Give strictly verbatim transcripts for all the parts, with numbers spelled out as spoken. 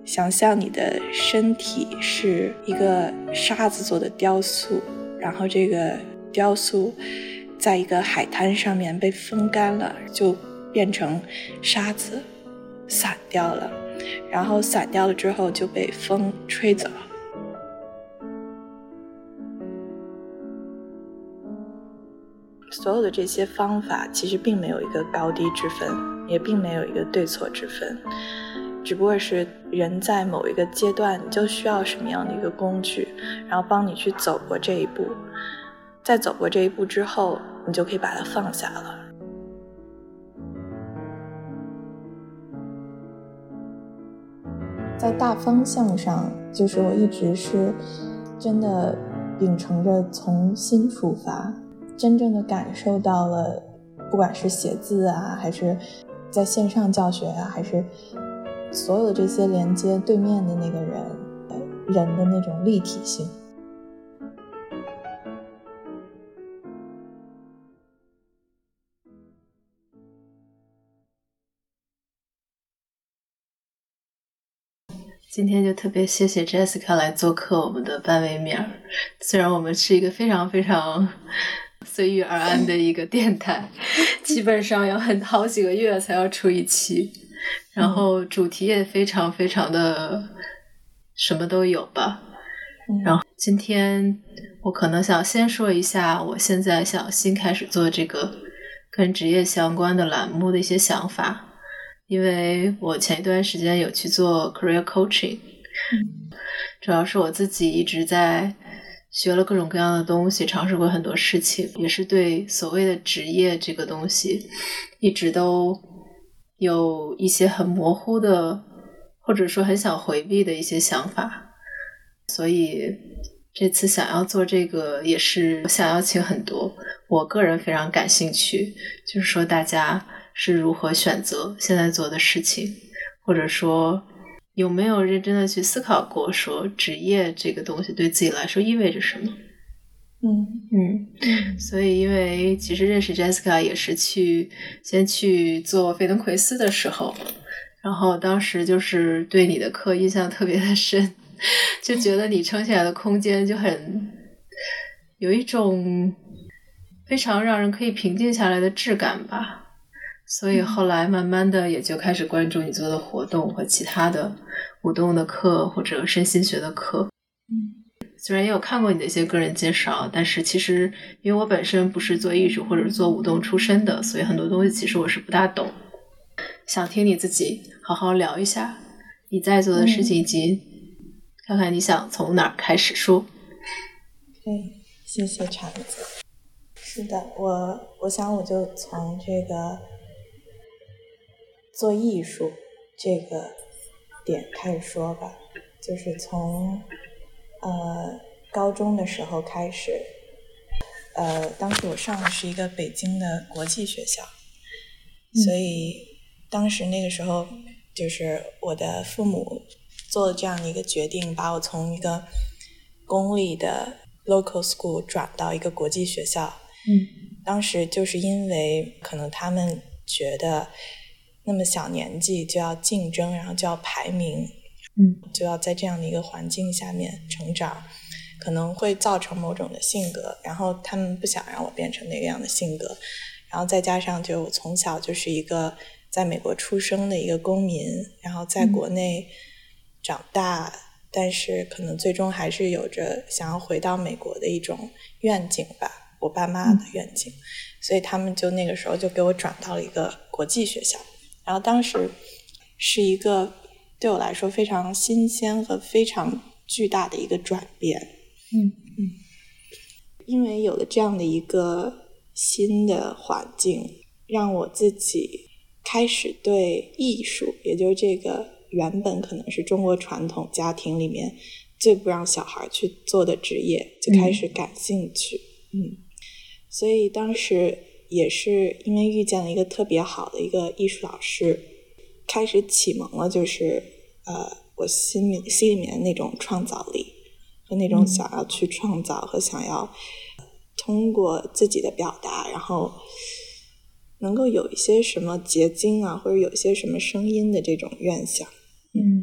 想象你的身体是一个沙子做的雕塑，然后这个雕塑在一个海滩上面被风干了，就变成沙子散掉了，然后散掉了之后就被风吹走。所有的这些方法其实并没有一个高低之分，也并没有一个对错之分，只不过是人在某一个阶段你就需要什么样的一个工具，然后帮你去走过这一步，在走过这一步之后你就可以把它放下了。在大方向上，就是我一直是真的秉承着从心出发，真正的感受到了，不管是写字啊，还是在线上教学啊，还是所有的这些连接对面的那个人人的那种立体性。 今天就特别谢谢 Jessica 来做客我们的半微面，虽然我们是一个非常非常随遇而安的一个电台，基本上要很好几个月才要出一期，然后主题也非常非常的什么都有吧。然后今天我可能想先说一下我现在想新开始做这个跟职业相关的栏目的一些想法。因为我前一段时间有去做 career coaching，嗯，主要是我自己一直在学了各种各样的东西，尝试过很多事情，也是对所谓的职业这个东西一直都有一些很模糊的，或者说很想回避的一些想法，所以这次想要做这个也是想要请很多我个人非常感兴趣，就是说大家是如何选择现在做的事情，或者说有没有认真的去思考过说职业这个东西对自己来说意味着什么。 嗯嗯，所以因为其实认识 Jessica 也是去先去做费登奎斯的时候，然后当时就是对你的课印象特别的深，就觉得你撑起来的空间就很有一种非常让人可以平静下来的质感吧，所以后来慢慢的也就开始关注你做的活动和其他的舞动的课或者身心学的课。 嗯， 虽然也有看过你的一些个人介绍，但是其实因为我本身不是做艺术或者做舞动出身的，所以很多东西其实我是不大懂，想听你自己好好聊一下你在做的事情，以及看看你想从哪儿开始说。 对，谢谢橙子。是的，我我想我就从这个做艺术这个点开始说吧，就是从呃高中的时候开始，呃当时我上的是一个北京的国际学校，嗯、所以当时那个时候就是我的父母做了这样的一个决定，把我从一个公立的 local school 转到一个国际学校。嗯，当时就是因为可能他们觉得那么小年纪就要竞争，然后就要排名，嗯，就要在这样的一个环境下面成长，可能会造成某种的性格，然后他们不想让我变成那个样的性格，然后再加上就我从小就是一个在美国出生的一个公民，然后在国内长大、嗯、但是可能最终还是有着想要回到美国的一种愿景吧，我爸妈的愿景、嗯、所以他们就那个时候就给我转到了一个国际学校，然后当时是一个对我来说非常新鲜和非常巨大的一个转变。嗯嗯，因为有了这样的一个新的环境，让我自己开始对艺术，也就是这个原本可能是中国传统家庭里面最不让小孩去做的职业就开始感兴趣。 嗯, 嗯所以当时也是因为遇见了一个特别好的一个艺术老师，开始启蒙了就是呃我心里心里面那种创造力和那种想要去创造和想要通过自己的表达，然后能够有一些什么结晶啊，或者有一些什么声音的这种愿想。嗯，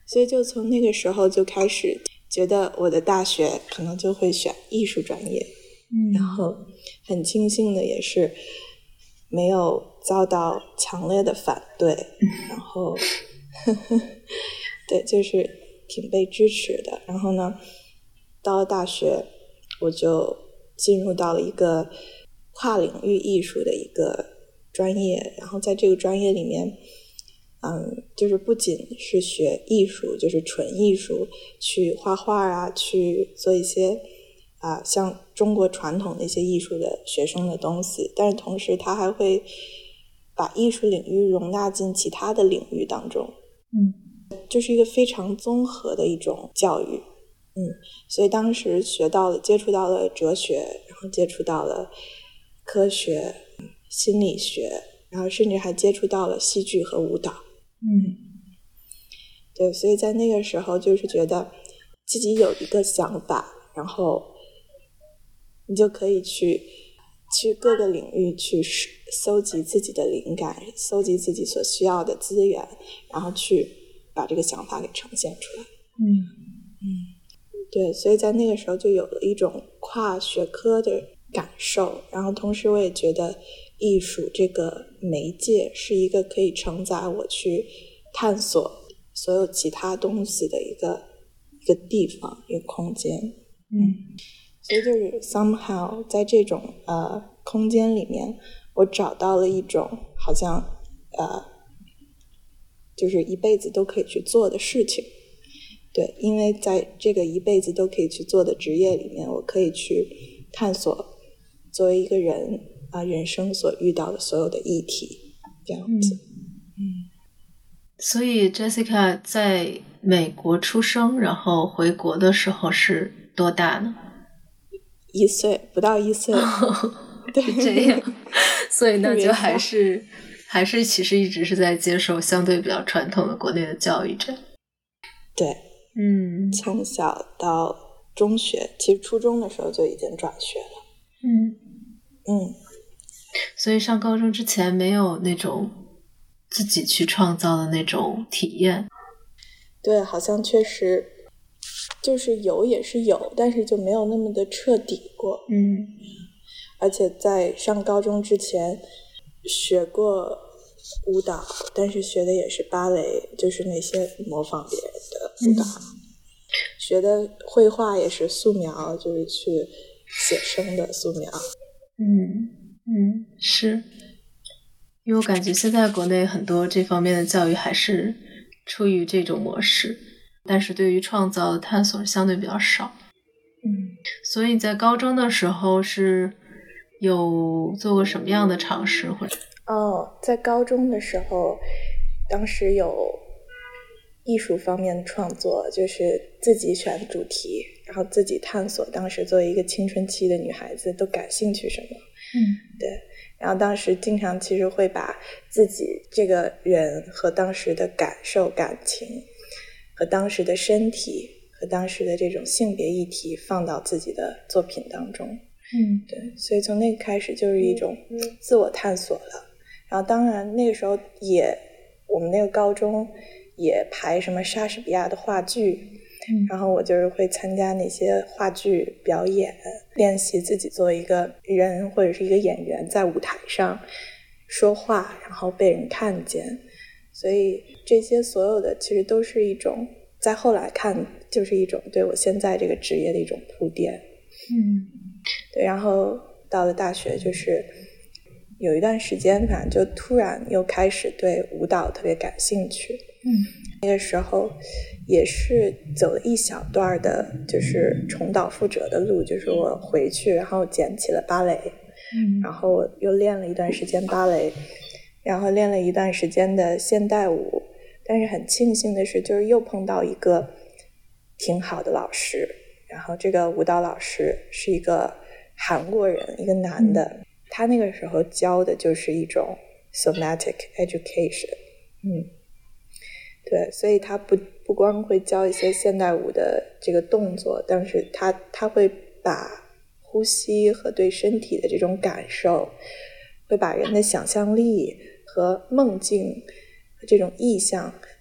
所以就从那个时候就开始觉得我的大学可能就会选艺术专业， 嗯， 然后很庆幸的也是没有遭到强烈的反对，然后呵呵对，就是挺被支持的。然后呢，到了大学我就进入到了一个跨领域艺术的一个专业，然后在这个专业里面嗯，就是不仅是学艺术，就是纯艺术，去画画啊，去做一些啊、呃、像中国传统的一些艺术的学生的东西，但是同时他还会把艺术领域容纳进其他的领域当中， 嗯， 就是一个非常综合的一种教育，嗯，所以当时学到了，接触到了哲学，然后接触到了科学、心理学，然后甚至还接触到了戏剧和舞蹈。 嗯， 对，所以在那个时候就是觉得自己有一个想法，然后你就可以去去各个领域去搜集自己的灵感，搜集自己所需要的资源，然后去把这个想法给呈现出来。 嗯嗯，对，所以在那个时候就有了一种跨学科的感受，然后同时我也觉得艺术这个媒介是一个可以承载我去探索所有其他东西的一个一个地方，一个空间。 嗯， 所以就是 somehow 在这种呃空间里面，我找到了一种好像呃就是一辈子都可以去做的事情。对，因为在这个一辈子都可以去做的职业里面，我可以去探索作为一个人啊、呃、人生所遇到的所有的议题，这样子。嗯， 嗯，所以 Jessica 在美国出生，然后回国的时候是多大呢？ 一岁，不到一岁。对， 是这样。所以那就还是还是其实一直是在接受相对比较传统的国内的教育这样。 对， 嗯， 从小到中学，其实初中的时候就已经转学了。 嗯嗯， 所以上高中之前没有那种自己去创造的那种体验。 对，好像确实就是有也是有，但是就没有那么的彻底过。 嗯， 而且在上高中之前学过舞蹈，但是学的也是芭蕾，就是那些模仿别人的舞蹈。嗯，学的绘画也是素描，就是去写生的素描。 嗯嗯，是。因为我感觉现在国内很多这方面的教育还是出于这种模式，但是对于创造的探索相对比较少。 嗯， 所以在高中的时候是有做过什么样的尝试？或者哦，在高中的时候，当时有艺术方面的创作，就是自己选主题，然后自己探索当时作为一个青春期的女孩子都感兴趣什么。 嗯， 对。然后当时经常其实会把自己这个人和当时的感受、感情和当时的身体和当时的这种性别议题放到自己的作品当中。 嗯， 对，所以从那个开始就是一种自我探索了。然后当然那个时候也我们那个高中也排什么莎士比亚的话剧， 嗯， 然后我就是会参加那些话剧表演，练习自己作为一个人或者是一个演员在舞台上说话，然后被人看见。所以这些所有的其实都是一种在后来看就是一种对我现在这个职业的一种铺垫。 嗯， 对，然后到了大学就是有一段时间反正就突然又开始对舞蹈特别感兴趣。 嗯， 那个时候也是走了一小段的就是重蹈覆辙的路，就是我回去然后捡起了芭蕾。 嗯， 然后又练了一段时间芭蕾，然后练了一段时间的现代舞，但是很庆幸的是就是又碰到一个挺好的老师，然后这个舞蹈老师是一个韩国人，一个男的。嗯，他那个时候教的就是一种 somatic education。 嗯，对，所以他不不光会教一些现代舞的这个动作，但是他他会把呼吸和对身体的这种感受，会把人的想象力和梦境这种意象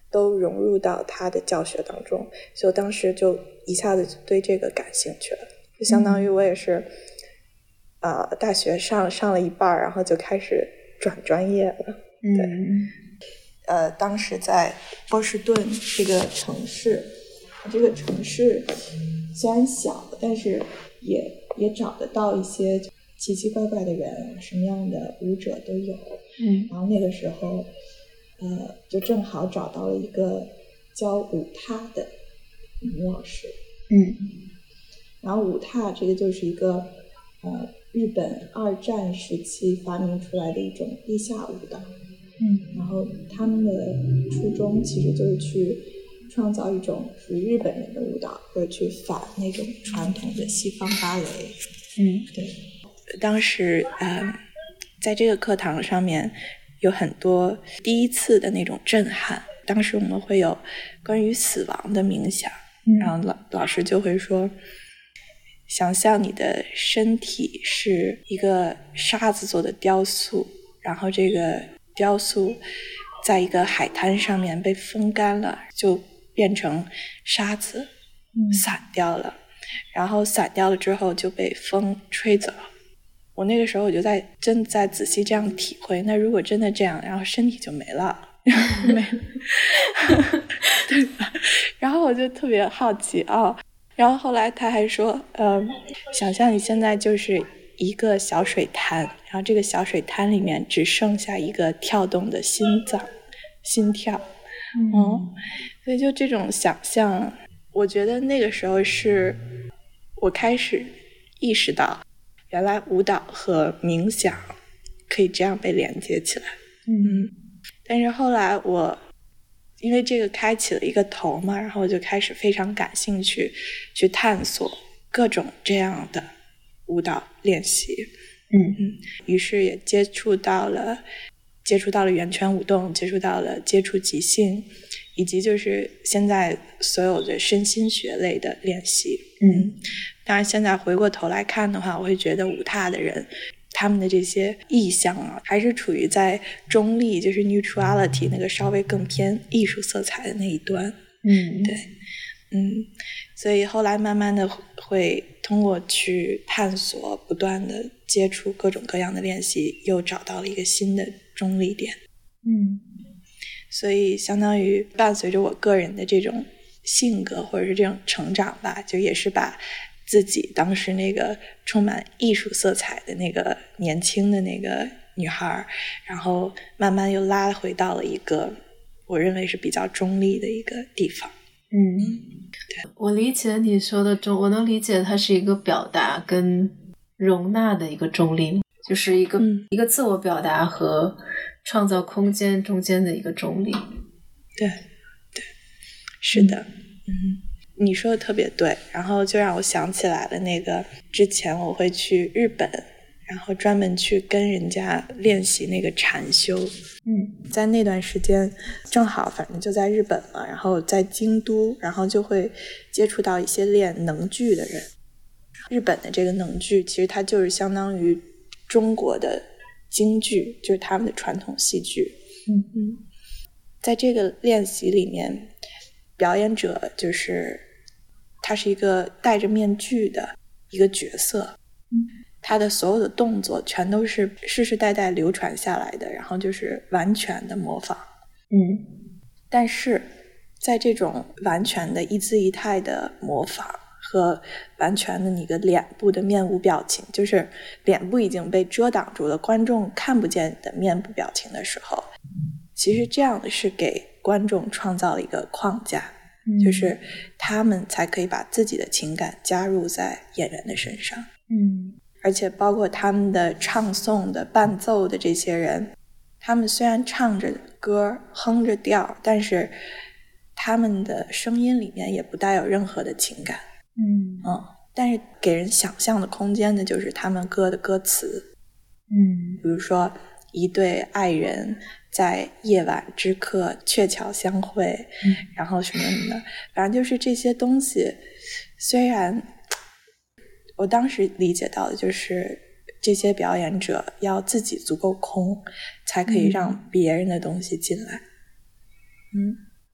都融入到他的教学当中，所以我当时就一下子对这个感兴趣了，就相当于我也是、嗯、呃，大学上上了一半，然后就开始转专业了。对， 嗯呃，当时在波士顿这个城市，这个城市虽然小，但是也也找得到一些奇奇怪怪的人，什么样的舞者都有。 嗯， 然后那个时候，呃，就正好找到了一个教舞踏的女老师。 嗯， 然后舞踏这个就是一个呃日本二战时期发明出来的一种地下舞蹈。 嗯， 然后他们的初衷其实就是去创造一种属于日本人的舞蹈，或者去反那种传统的西方芭蕾。 嗯， 对。当时呃，在这个课堂上面有很多第一次的那种震撼。当时我们会有关于死亡的冥想， 嗯、 然后老老师就会说，想象你的身体是一个沙子做的雕塑，然后这个雕塑在一个海滩上面被风干了，就变成沙子、嗯、散掉了，然后散掉了之后就被风吹走。我那个时候我就在真在仔细这样体会，那如果真的这样，然后身体就没了，没了对吧？然后我就特别好奇哦，然后后来他还说，呃，想象你现在就是一个小水潭，然后这个小水潭里面只剩下一个跳动的心脏，心跳。嗯，嗯，所以就这种想象，我觉得那个时候是我开始意识到，原来舞蹈和冥想可以这样被连接起来。嗯，但是后来我因为这个开启了一个头嘛，然后我就开始非常感兴趣去探索各种这样的舞蹈练习。 嗯嗯，于是也接触到了接触到了圆圈舞动，接触到了接触即兴，以及就是现在所有的身心学类的练习。嗯，当然现在回过头来看的话，我会觉得舞踏的人他们的这些意向啊，还是处于在中立，就是 neutrality 那个稍微更偏艺术色彩的那一端。 嗯， 对，嗯，所以后来慢慢的会通过去探索，不断的接触各种各样的练习，又找到了一个新的中立点。 嗯， 所以相当于伴随着我个人的这种性格或者是这种成长吧，就也是把自己当时那个充满艺术色彩的那个年轻的那个女孩，然后慢慢又拉回到了一个我认为是比较中立的一个地方。 嗯，对，我理解你说的中，我能理解它是一个表达跟容纳的一个中立，就是一个、嗯、一个自我表达和创造空间中间的一个中立。 对对，是的。嗯，嗯，你说的特别对，然后就让我想起来了那个之前我会去日本，然后专门去跟人家练习那个禅修。嗯，在那段时间正好反正就在日本嘛，然后在京都，然后就会接触到一些练能剧的人。日本的这个能剧其实它就是相当于中国的京剧，就是他们的传统戏剧。嗯嗯，在这个练习里面，表演者就是他是一个戴着面具的一个角色。嗯，他的所有的动作全都是世世代代流传下来的，然后就是完全的模仿。嗯，但是在这种完全的一姿一态的模仿和完全的你的脸部的面无表情，就是脸部已经被遮挡住了，观众看不见你的面部表情的时候，其实这样的是给观众创造了一个框架。嗯，就是他们才可以把自己的情感加入在演员的身上。嗯，而且包括他们的唱诵的伴奏的这些人，他们虽然唱着歌哼着调，但是他们的声音里面也不带有任何的情感。嗯嗯，但是给人想象的空间的就是他们歌的歌词。嗯，比如说一对爱人在夜晚之刻鹊桥相会。嗯，然后什么什么的，反正就是这些东西，虽然我当时理解到的就是这些表演者要自己足够空，才可以让别人的东西进来。嗯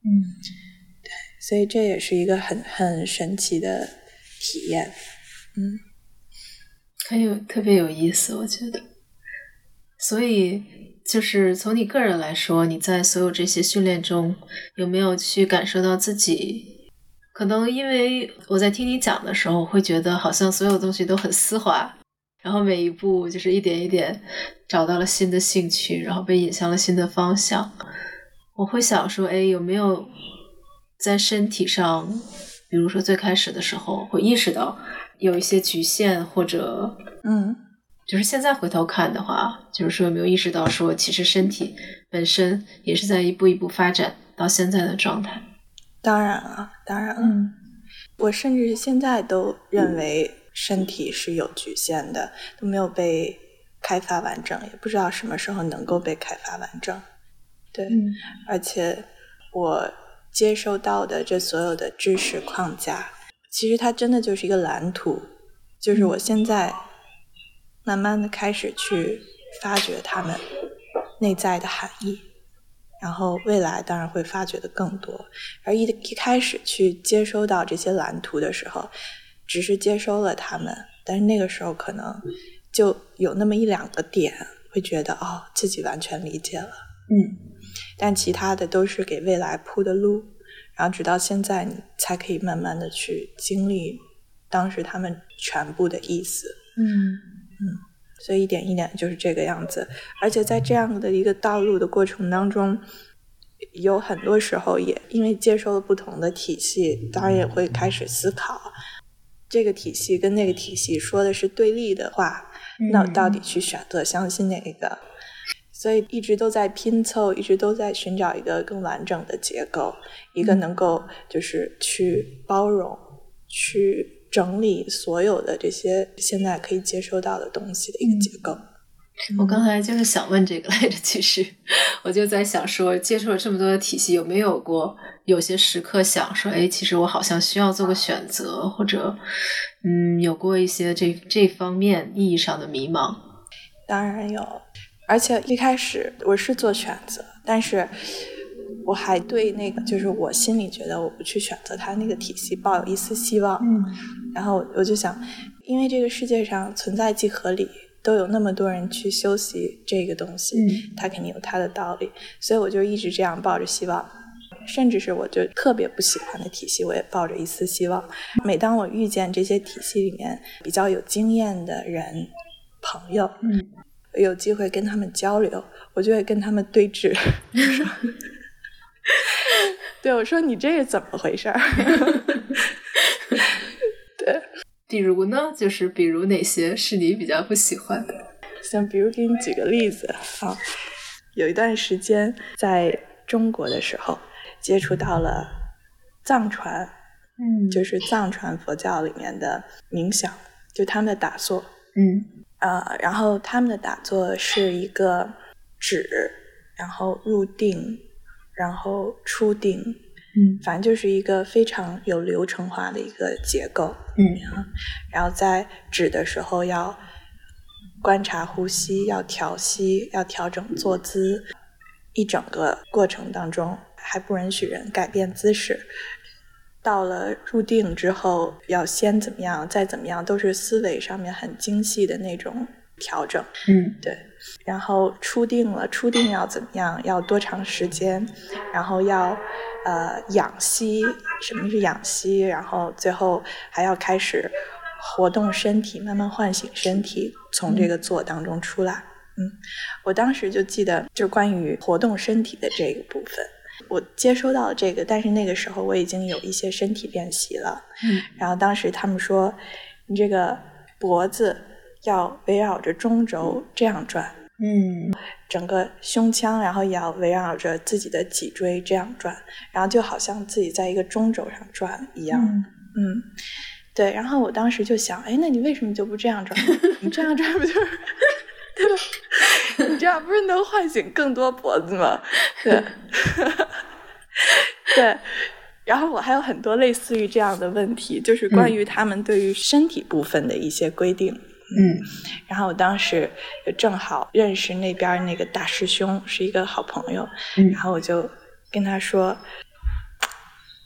嗯， 对，所以这也是一个很很神奇的体验。嗯， 很有特别有意思，我觉得。所以就是从你个人来说，你在所有这些训练中有没有去感受到自己，可能因为我在听你讲的时候会觉得好像所有东西都很丝滑，然后每一步就是一点一点找到了新的兴趣，然后被引向了新的方向。我会想说，哎，有没有在身体上，比如说最开始的时候会意识到有一些局限，或者嗯， 就是现在回头看的话，就是说有没有意识到说其实身体本身也是在一步一步发展到现在的状态。 当然了当然了、 嗯、 我甚至现在都认为身体是有局限的，都没有被开发完整，也不知道什么时候能够被开发完整。对、嗯、而且我接收到的这所有的知识框架，其实它真的就是一个蓝图，就是我现在慢慢的开始去发掘它们内在的含义，然后未来当然会发掘的更多。而一一开始去接收到这些蓝图的时候，只是接收了它们，但是那个时候可能就有那么一两个点会觉得哦，自己完全理解了，嗯，但其他的都是给未来铺的路，然后直到现在你才可以慢慢的去经历当时他们全部的意思。嗯嗯，所以一点一点就是这个样子。而且在这样的一个道路的过程当中，有很多时候也因为接受了不同的体系，当然也会开始思考这个体系跟那个体系说的是对立的话，那我到底去选择相信哪一个？所以一直都在拼凑，一直都在寻找一个更完整的结构，一个能够就是去包容、去整理所有的这些现在可以接收到的东西的一个结构。 我刚才就是想问这个来着，其实我就在想说，接触了这么多的体系，有没有过有些时刻想说，哎，其实我好像需要做个选择，或者嗯，有过一些这这方面意义上的迷茫？ 当然有，而且一开始我是做选择，但是我还对那个就是我心里觉得我不去选择它那个体系抱有一丝希望。嗯，然后我就想，因为这个世界上存在即合理，都有那么多人去修习这个东西，嗯，它肯定有它的道理，所以我就一直这样抱着希望。甚至是我就特别不喜欢的体系，我也抱着一丝希望。每当我遇见这些体系里面比较有经验的人朋友，嗯，有机会跟他们交流，我就会跟他们对峙。对，我说你这是怎么回事？对， 比如呢，就是比如哪些是你比较不喜欢的？ 像比如给你举个例子啊，有一段时间在中国的时候，接触到了藏传，嗯，就是藏传佛教里面的冥想，就他们的打坐，嗯，呃，然后他们的打坐是一个止，然后入定，然后出定，嗯，反正就是一个非常有流程化的一个结构，嗯，然后在止的时候要观察呼吸，要调息，要调整坐姿，一整个过程当中还不允许人改变姿势。到了入定之后，要先怎么样，再怎么样，都是思维上面很精细的那种调整。嗯，对。然后出定了，出定要怎么样，要多长时间，然后要呃养息，什么是养息？然后最后还要开始活动身体，慢慢唤醒身体，从这个坐当中出来。嗯，我当时就记得，就关于活动身体的这个部分。我接收到了这个，但是那个时候我已经有一些身体练习了，嗯，然后当时他们说你这个脖子要围绕着中轴这样转，嗯，整个胸腔然后也要围绕着自己的脊椎这样转，然后就好像自己在一个中轴上转一样，嗯，嗯，对，然后我当时就想，哎，那你为什么就不这样转？你这样转不就是对吧？你这样不是能唤醒更多脖子吗？对，对。然后我还有很多类似于这样的问题，就是关于他们对于身体部分的一些规定。嗯，然后我当时正好认识那边那个大师兄，是一个好朋友，嗯，然后我就跟他说，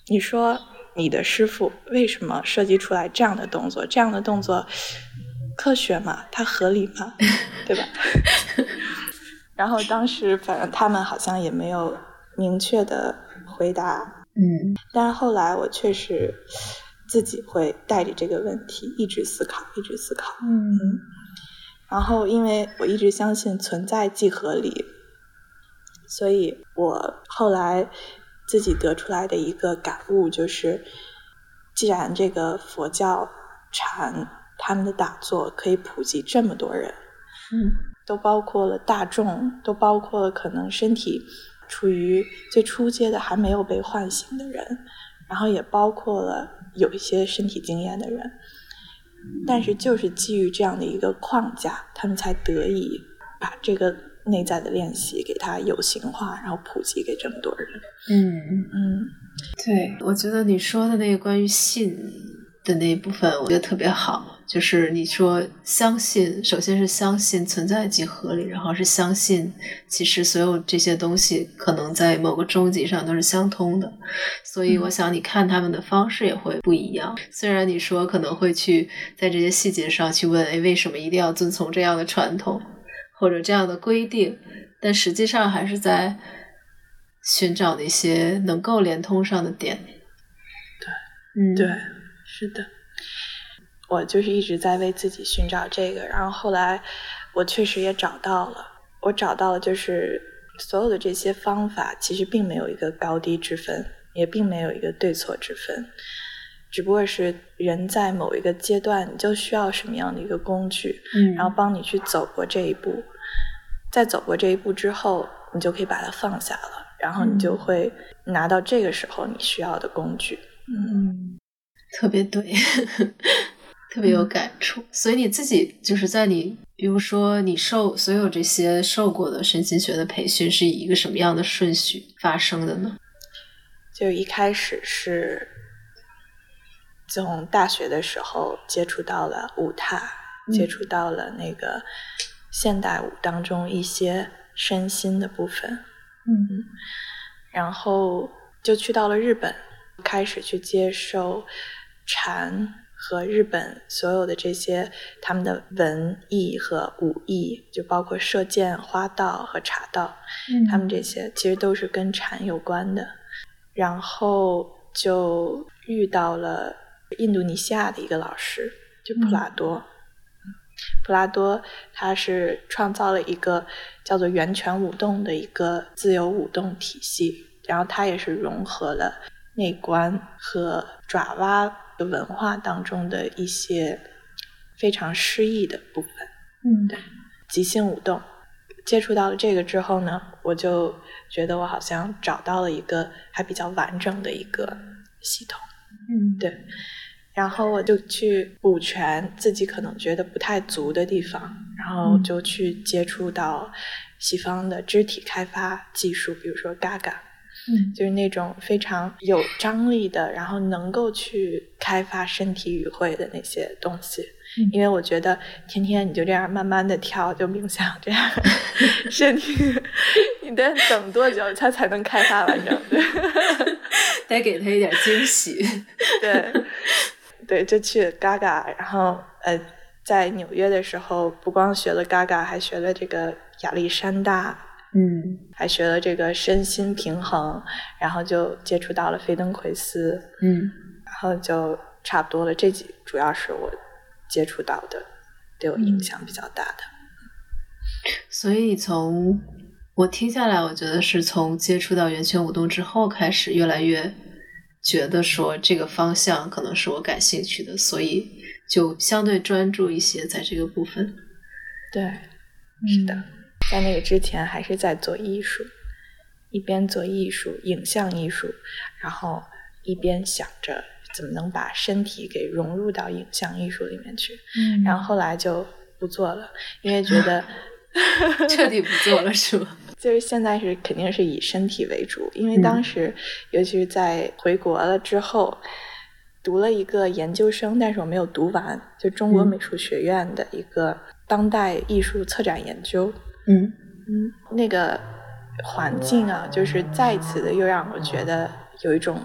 你说你的师傅为什么设计出来这样的动作？这样的动作科学吗？它合理吗？对吧？然后当时反正他们好像也没有明确的回答， 嗯， 但是后来我确实自己会带着这个问题一直思考，一直思考。 嗯， 然后因为我一直相信存在即合理，所以我后来自己得出来的一个感悟就是，既然这个佛教禅他们的打坐可以普及这么多人， 嗯， 都包括了大众，都包括了可能身体处于最初阶的还没有被唤醒的人，然后也包括了有一些身体经验的人，但是就是基于这样的一个框架，他们才得以把这个内在的练习给它有形化，然后普及给这么多人。 嗯嗯， 对，我觉得你说的那个关于信的那一部分我觉得特别好，就是你说相信，首先是相信存在即合理，然后是相信其实所有这些东西可能在某个终极上都是相通的，所以我想你看他们的方式也会不一样。虽然你说可能会去在这些细节上去问，诶，为什么一定要遵从这样的传统或者这样的规定，但实际上还是在寻找那些能够连通上的点。 对，嗯，对，是的，我就是一直在为自己寻找这个，然后后来我确实也找到了，我找到了就是所有的这些方法其实并没有一个高低之分，也并没有一个对错之分，只不过是人在某一个阶段你就需要什么样的一个工具， 嗯， 然后帮你去走过这一步，在走过这一步之后你就可以把它放下了，然后你就会拿到这个时候你需要的工具。 嗯，特别对特别有感触、嗯、所以你自己就是在你比如说你受所有这些受过的身心学的培训是以一个什么样的顺序发生的呢？ 就一开始是从大学的时候接触到了舞踏、嗯、接触到了那个现代舞当中一些身心的部分，嗯，然后就去到了日本，开始去接受禅和日本所有的这些他们的文艺和武艺，就包括射箭、花道和茶道、嗯、他们这些其实都是跟禅有关的。然后就遇到了印度尼西亚的一个老师，就普拉多、嗯、普拉多他是创造了一个叫做源泉舞动的一个自由舞动体系，然后他也是融合了内观和爪哇的文化当中的一些非常诗意的部分。嗯，对，即兴舞动。接触到了这个之后呢，我就觉得我好像找到了一个还比较完整的一个系统。嗯，对。然后我就去补全自己可能觉得不太足的地方，然后就去接触到西方的肢体开发技术，比如说 Gaga。嗯，就是那种非常有张力的，然后能够去开发身体语汇的那些东西、嗯、因为我觉得天天你就这样慢慢的跳，就冥想这样身体你得等多久它才能开发完整？对得给他一点惊喜。 对对，就去 Gaga， 然后呃，在纽约的时候不光学了 Gaga， 还学了这个亚历山大，嗯，还学了这个身心平衡，然后就接触到了菲登奎斯，嗯，然后就差不多了。这几主要是我接触到的，对我影响比较大的。 所以从我听下来，我觉得是从接触到源泉舞动之后开始，越来越觉得说这个方向可能是我感兴趣的，所以就相对专注一些在这个部分。 对，是的。嗯，在那个之前还是在做艺术，一边做艺术影像艺术，然后一边想着怎么能把身体给融入到影像艺术里面去、嗯、然后后来就不做了，因为觉得彻底不做了是吧？ 就是现在是肯定是以身体为主，因为当时、嗯、尤其是在回国了之后读了一个研究生，但是我没有读完，就中国美术学院的一个当代艺术策展研究。嗯嗯，那个环境啊，就是再一次的又让我觉得有一种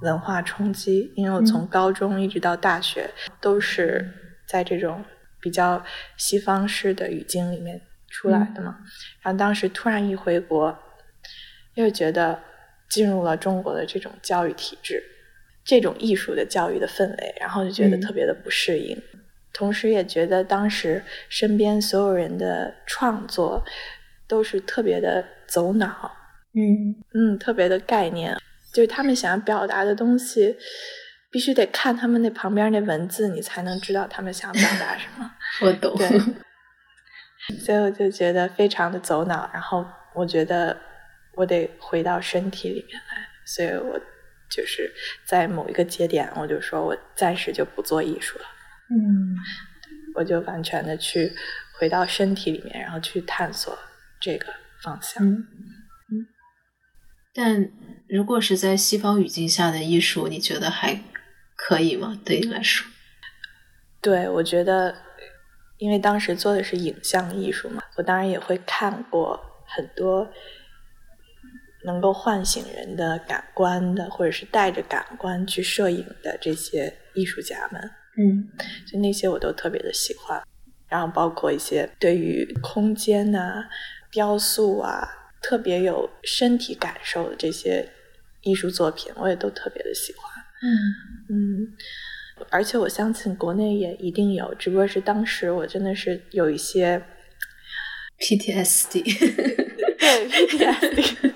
文化冲击，因为我从高中一直到大学、嗯、都是在这种比较西方式的语境里面出来的嘛、嗯、然后当时突然一回国，又觉得进入了中国的这种教育体制，这种艺术的教育的氛围，然后就觉得特别的不适应、嗯、同时也觉得当时身边所有人的创作都是特别的走脑， 嗯嗯，特别的概念，就是他们想要表达的东西必须得看他们那旁边那文字，你才能知道他们想表达什么我懂。 对，所以我就觉得非常的走脑，然后我觉得我得回到身体里面来，所以我就是在某一个节点，我就说我暂时就不做艺术了， 嗯， 我就完全的去回到身体里面，然后去探索这个方向。 嗯嗯，但如果是在西方语境下的艺术，你觉得还可以吗？对你来说？ 对，我觉得因为当时做的是影像艺术嘛，我当然也会看过很多能够唤醒人的感官的，或者是带着感官去摄影的这些艺术家们， 嗯， 就那些我都特别的喜欢。然后包括一些对于空间啊、雕塑啊特别有身体感受的这些艺术作品，我也都特别的喜欢。 嗯嗯，而且我相信国内也一定有，只不过是当时我真的是有一些 P T S D 对 P T S D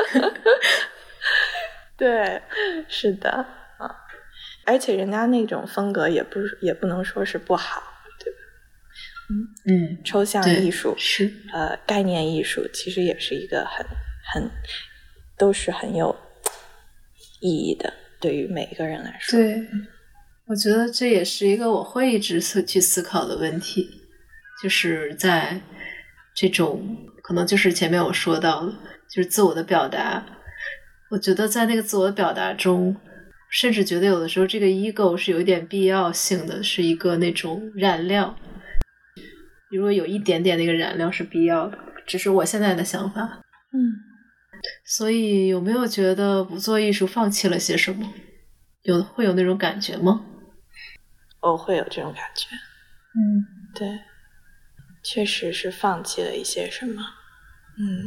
对，是的啊，而且人家那种风格也不也不能说是不好，对吧？ 嗯， 抽象艺术是呃概念艺术其实也是一个很很都是很有意义的，对于每一个人来说。 对，我觉得这也是一个我会一直去思考的问题，就是在这种可能就是前面我说到的，就是自我的表达。我觉得在那个自我的表达中，甚至觉得有的时候这个 ego 是有一点必要性的，是一个那种燃料。如果有一点点那个燃料是必要的，只是我现在的想法。 嗯， 所以有没有觉得不做艺术放弃了些什么？有会有那种感觉吗？ 我会有这种感觉。 嗯， 对，确实是放弃了一些什么。嗯，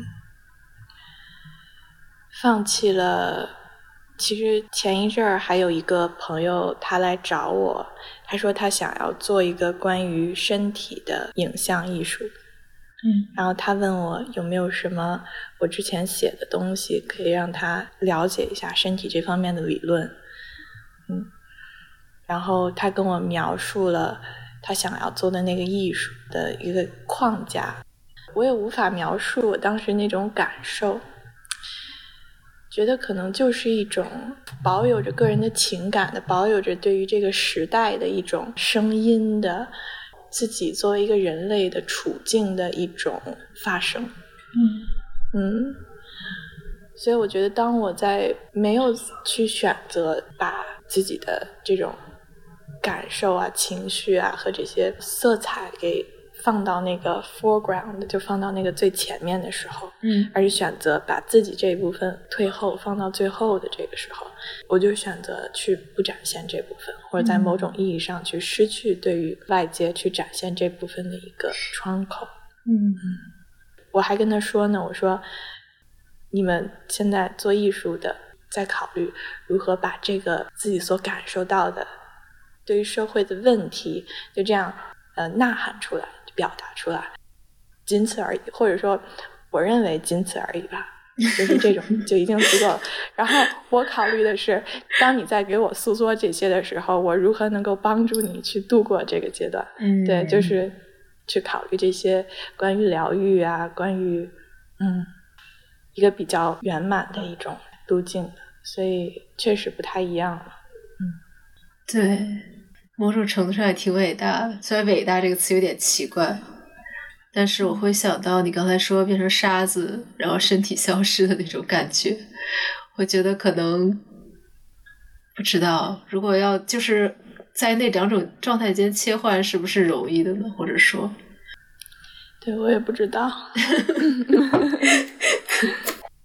放弃了。其实前一阵儿还有一个朋友他来找我，他说他想要做一个关于身体的影像艺术。 嗯， 然后他问我有没有什么我之前写的东西可以让他了解一下身体这方面的理论。嗯，然后他跟我描述了他想要做的那个艺术的一个框架，我也无法描述我当时那种感受，觉得可能就是一种保有着个人的情感的，保有着对于这个时代的一种声音的，自己作为一个人类的处境的一种发生。 嗯嗯，所以我觉得当我在没有去选择把自己的这种感受啊、情绪啊和这些色彩给放到那个 foreground， 就放到那个最前面的时候， 嗯， 而是选择把自己这一部分退后放到最后的这个时候，我就选择去不展现这部分，或者在某种意义上去失去对于外界去展现这部分的一个窗口。 嗯， 我还跟他说呢，我说你们现在做艺术的在考虑如何把这个自己所感受到的对于社会的问题就这样呃呐喊出来，表达出来，仅此而已，或者说我认为仅此而已吧，就是这种就已经足够了。然后我考虑的是，当你在给我诉说这些的时候，我如何能够帮助你去度过这个阶段。 嗯， 对，就是去考虑这些关于疗愈啊，关于嗯一个比较圆满的一种路径的，所以确实不太一样了。嗯， 对，某种程度上也挺伟大的，虽然伟大这个词有点奇怪，但是我会想到你刚才说变成沙子然后身体消失的那种感觉，我觉得可能不知道如果要就是在那两种状态间切换是不是容易的呢？或者说对，我也不知道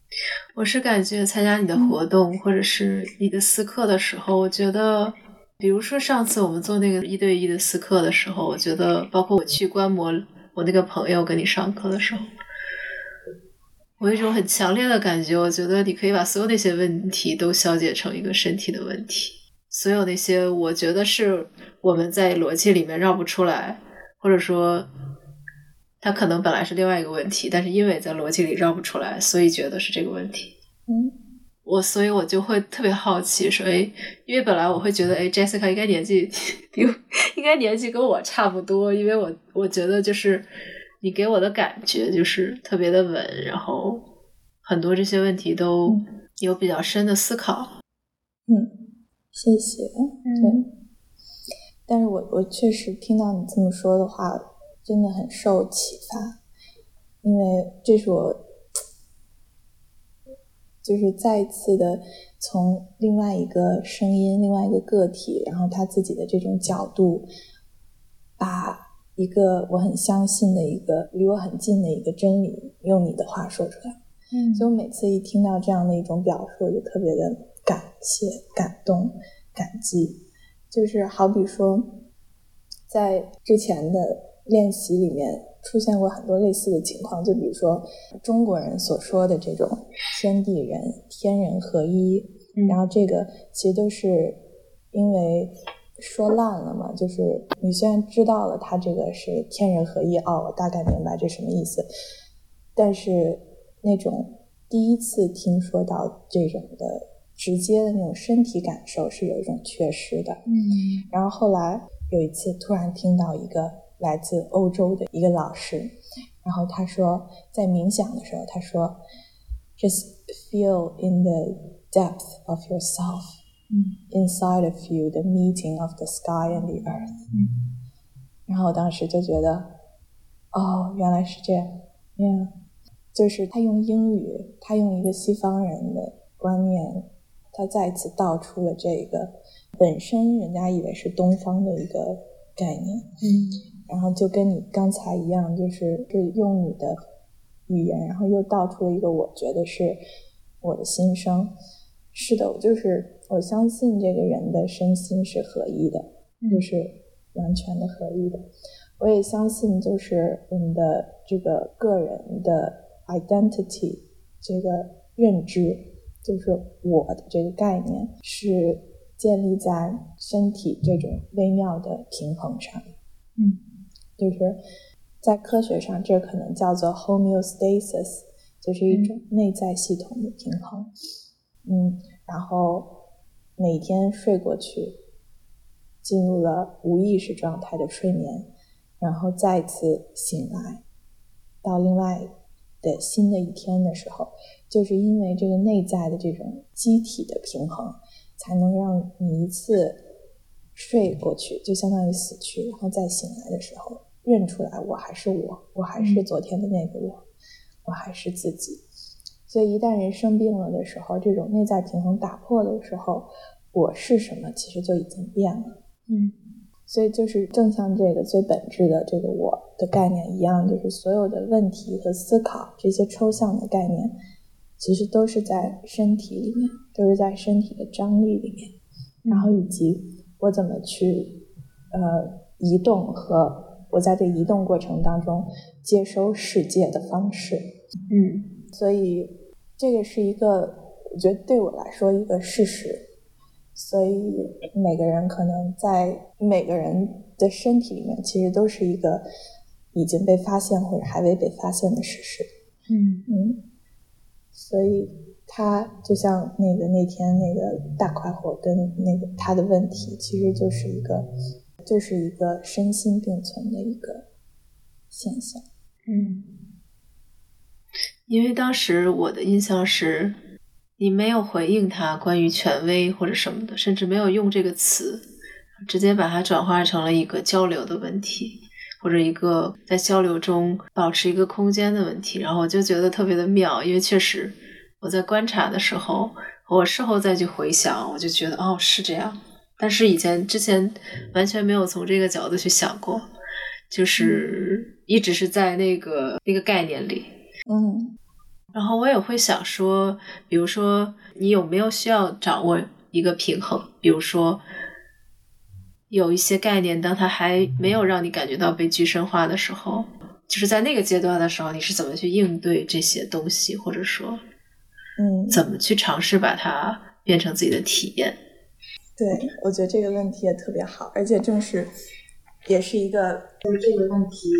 我是感觉参加你的活动、嗯、或者是你的私课的时候，我觉得比如说上次我们做那个一对一的私课的时候，我觉得包括我去观摩我那个朋友跟你上课的时候，我有一种很强烈的感觉，我觉得你可以把所有那些问题都消解成一个身体的问题，所有那些我觉得是我们在逻辑里面绕不出来，或者说它可能本来是另外一个问题，但是因为在逻辑里绕不出来，所以觉得是这个问题。 嗯， 我所以我就会特别好奇说，诶，因为本来我会觉得诶 Jessica 应该年纪比我应该年纪跟我差不多，因为我我觉得就是你给我的感觉就是特别的稳，然后很多这些问题都有比较深的思考。 嗯，谢谢。对，但是我我确实听到你这么说的话真的很受启发，因为这是我就是再一次的从另外一个声音另外一个个体，然后他自己的这种角度，把一个我很相信的一个离我很近的一个真理用你的话说出来。嗯，所以我每次一听到这样的一种表述，我就特别的感谢感动感激。就是好比说在之前的练习里面出现过很多类似的情况，就比如说中国人所说的这种天地人天人合一、嗯、然后这个其实都是因为说烂了嘛，就是你虽然知道了它这个是天人合一，哦，我大概明白这什么意思，但是那种第一次听说到这种的直接的那种身体感受是有一种缺失的。嗯，然后后来有一次突然听到一个来自欧洲的一个老师，然后他说在冥想的时候，他说 just feel in the depth of yourself、嗯、inside of you the meeting of the sky and the earth、嗯、然后我当时就觉得哦，原来是这样。 yeah， 就是他用英语，他用一个西方人的观念，他再一次道出了这个本身人家以为是东方的一个概念。嗯，然后就跟你刚才一样，就是是用你的语言，然后又道出了一个我觉得是我的心声。是的，我就是我相信这个人的身心是合一的、嗯、就是完全的合一的。我也相信就是我们的这个个人的 identity 这个认知，就是我的这个概念是建立在身体这种微妙的平衡上。嗯，就是在科学上这可能叫做 homeostasis， 就是一种内在系统的平衡。嗯，然后每天睡过去，进入了无意识状态的睡眠，然后再次醒来到另外的新的一天的时候，就是因为这个内在的这种机体的平衡，才能让你一次睡过去就相当于死去，然后再醒来的时候认出来我还是我，我还是昨天的那个我，我还是自己。所以一旦人生病了的时候，这种内在平衡打破的时候，我是什么其实就已经变了。嗯，所以就是正像这个最本质的这个我的概念一样，就是所有的问题和思考这些抽象的概念其实都是在身体里面，都是在身体的张力里面，然后以及我怎么去呃移动和我在这移动过程当中接收世界的方式。嗯，所以这个是一个我觉得对我来说一个事实，所以每个人可能在每个人的身体里面其实都是一个已经被发现或者还未被发现的事实。嗯嗯，所以他就像那个那天那个大快活跟那个他的问题其实就是一个就是一个身心并存的一个现象。 嗯，因为当时我的印象是你没有回应他关于权威或者什么的，甚至没有用这个词，直接把它转化成了一个交流的问题，或者一个在交流中保持一个空间的问题。然后我就觉得特别的妙，因为确实我在观察的时候，我事后再去回想，我就觉得哦是这样，但是以前之前完全没有从这个角度去想过，就是一直是在那个那个概念里。 嗯， 然后我也会想说，比如说你有没有需要掌握一个平衡，比如说有一些概念当它还没有让你感觉到被具身化的时候，就是在那个阶段的时候你是怎么去应对这些东西，或者说嗯， 怎么去尝试把它变成自己的体验。 对，我觉得这个问题也特别好，而且正是也是一个就是这个问题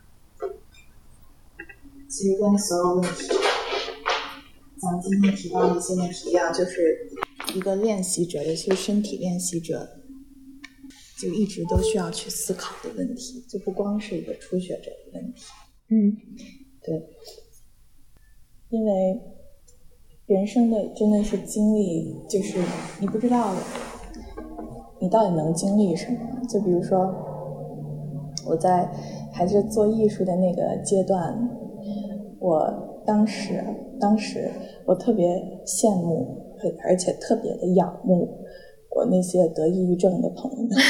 其实跟所有问题咱们今天提到的一些问题一样，就是一个练习者，尤其是身体练习者，就一直都需要去思考的问题，就不光是一个初学者的问题。 嗯， 对，因为人生的真的是经历，就是你不知道你到底能经历什么。就比如说我在还是做艺术的那个阶段，我当时当时我特别羡慕而且特别的仰慕我那些得抑郁症的朋友们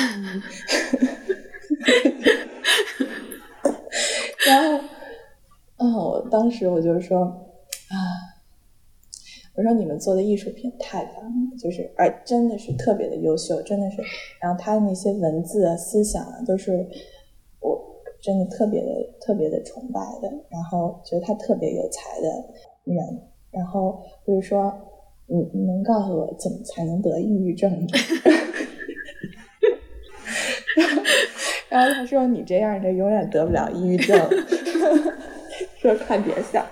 然后嗯，我当时我就说啊，我说你们做的艺术品太棒了，就是而真的是特别的优秀，真的是，然后他的那些文字啊思想啊都是我真的特别的特别的崇拜的，然后觉得他特别有才的人，然后就是说你你能告诉我怎么才能得抑郁症吗？然后他说你这样的永远得不了抑郁症说快别想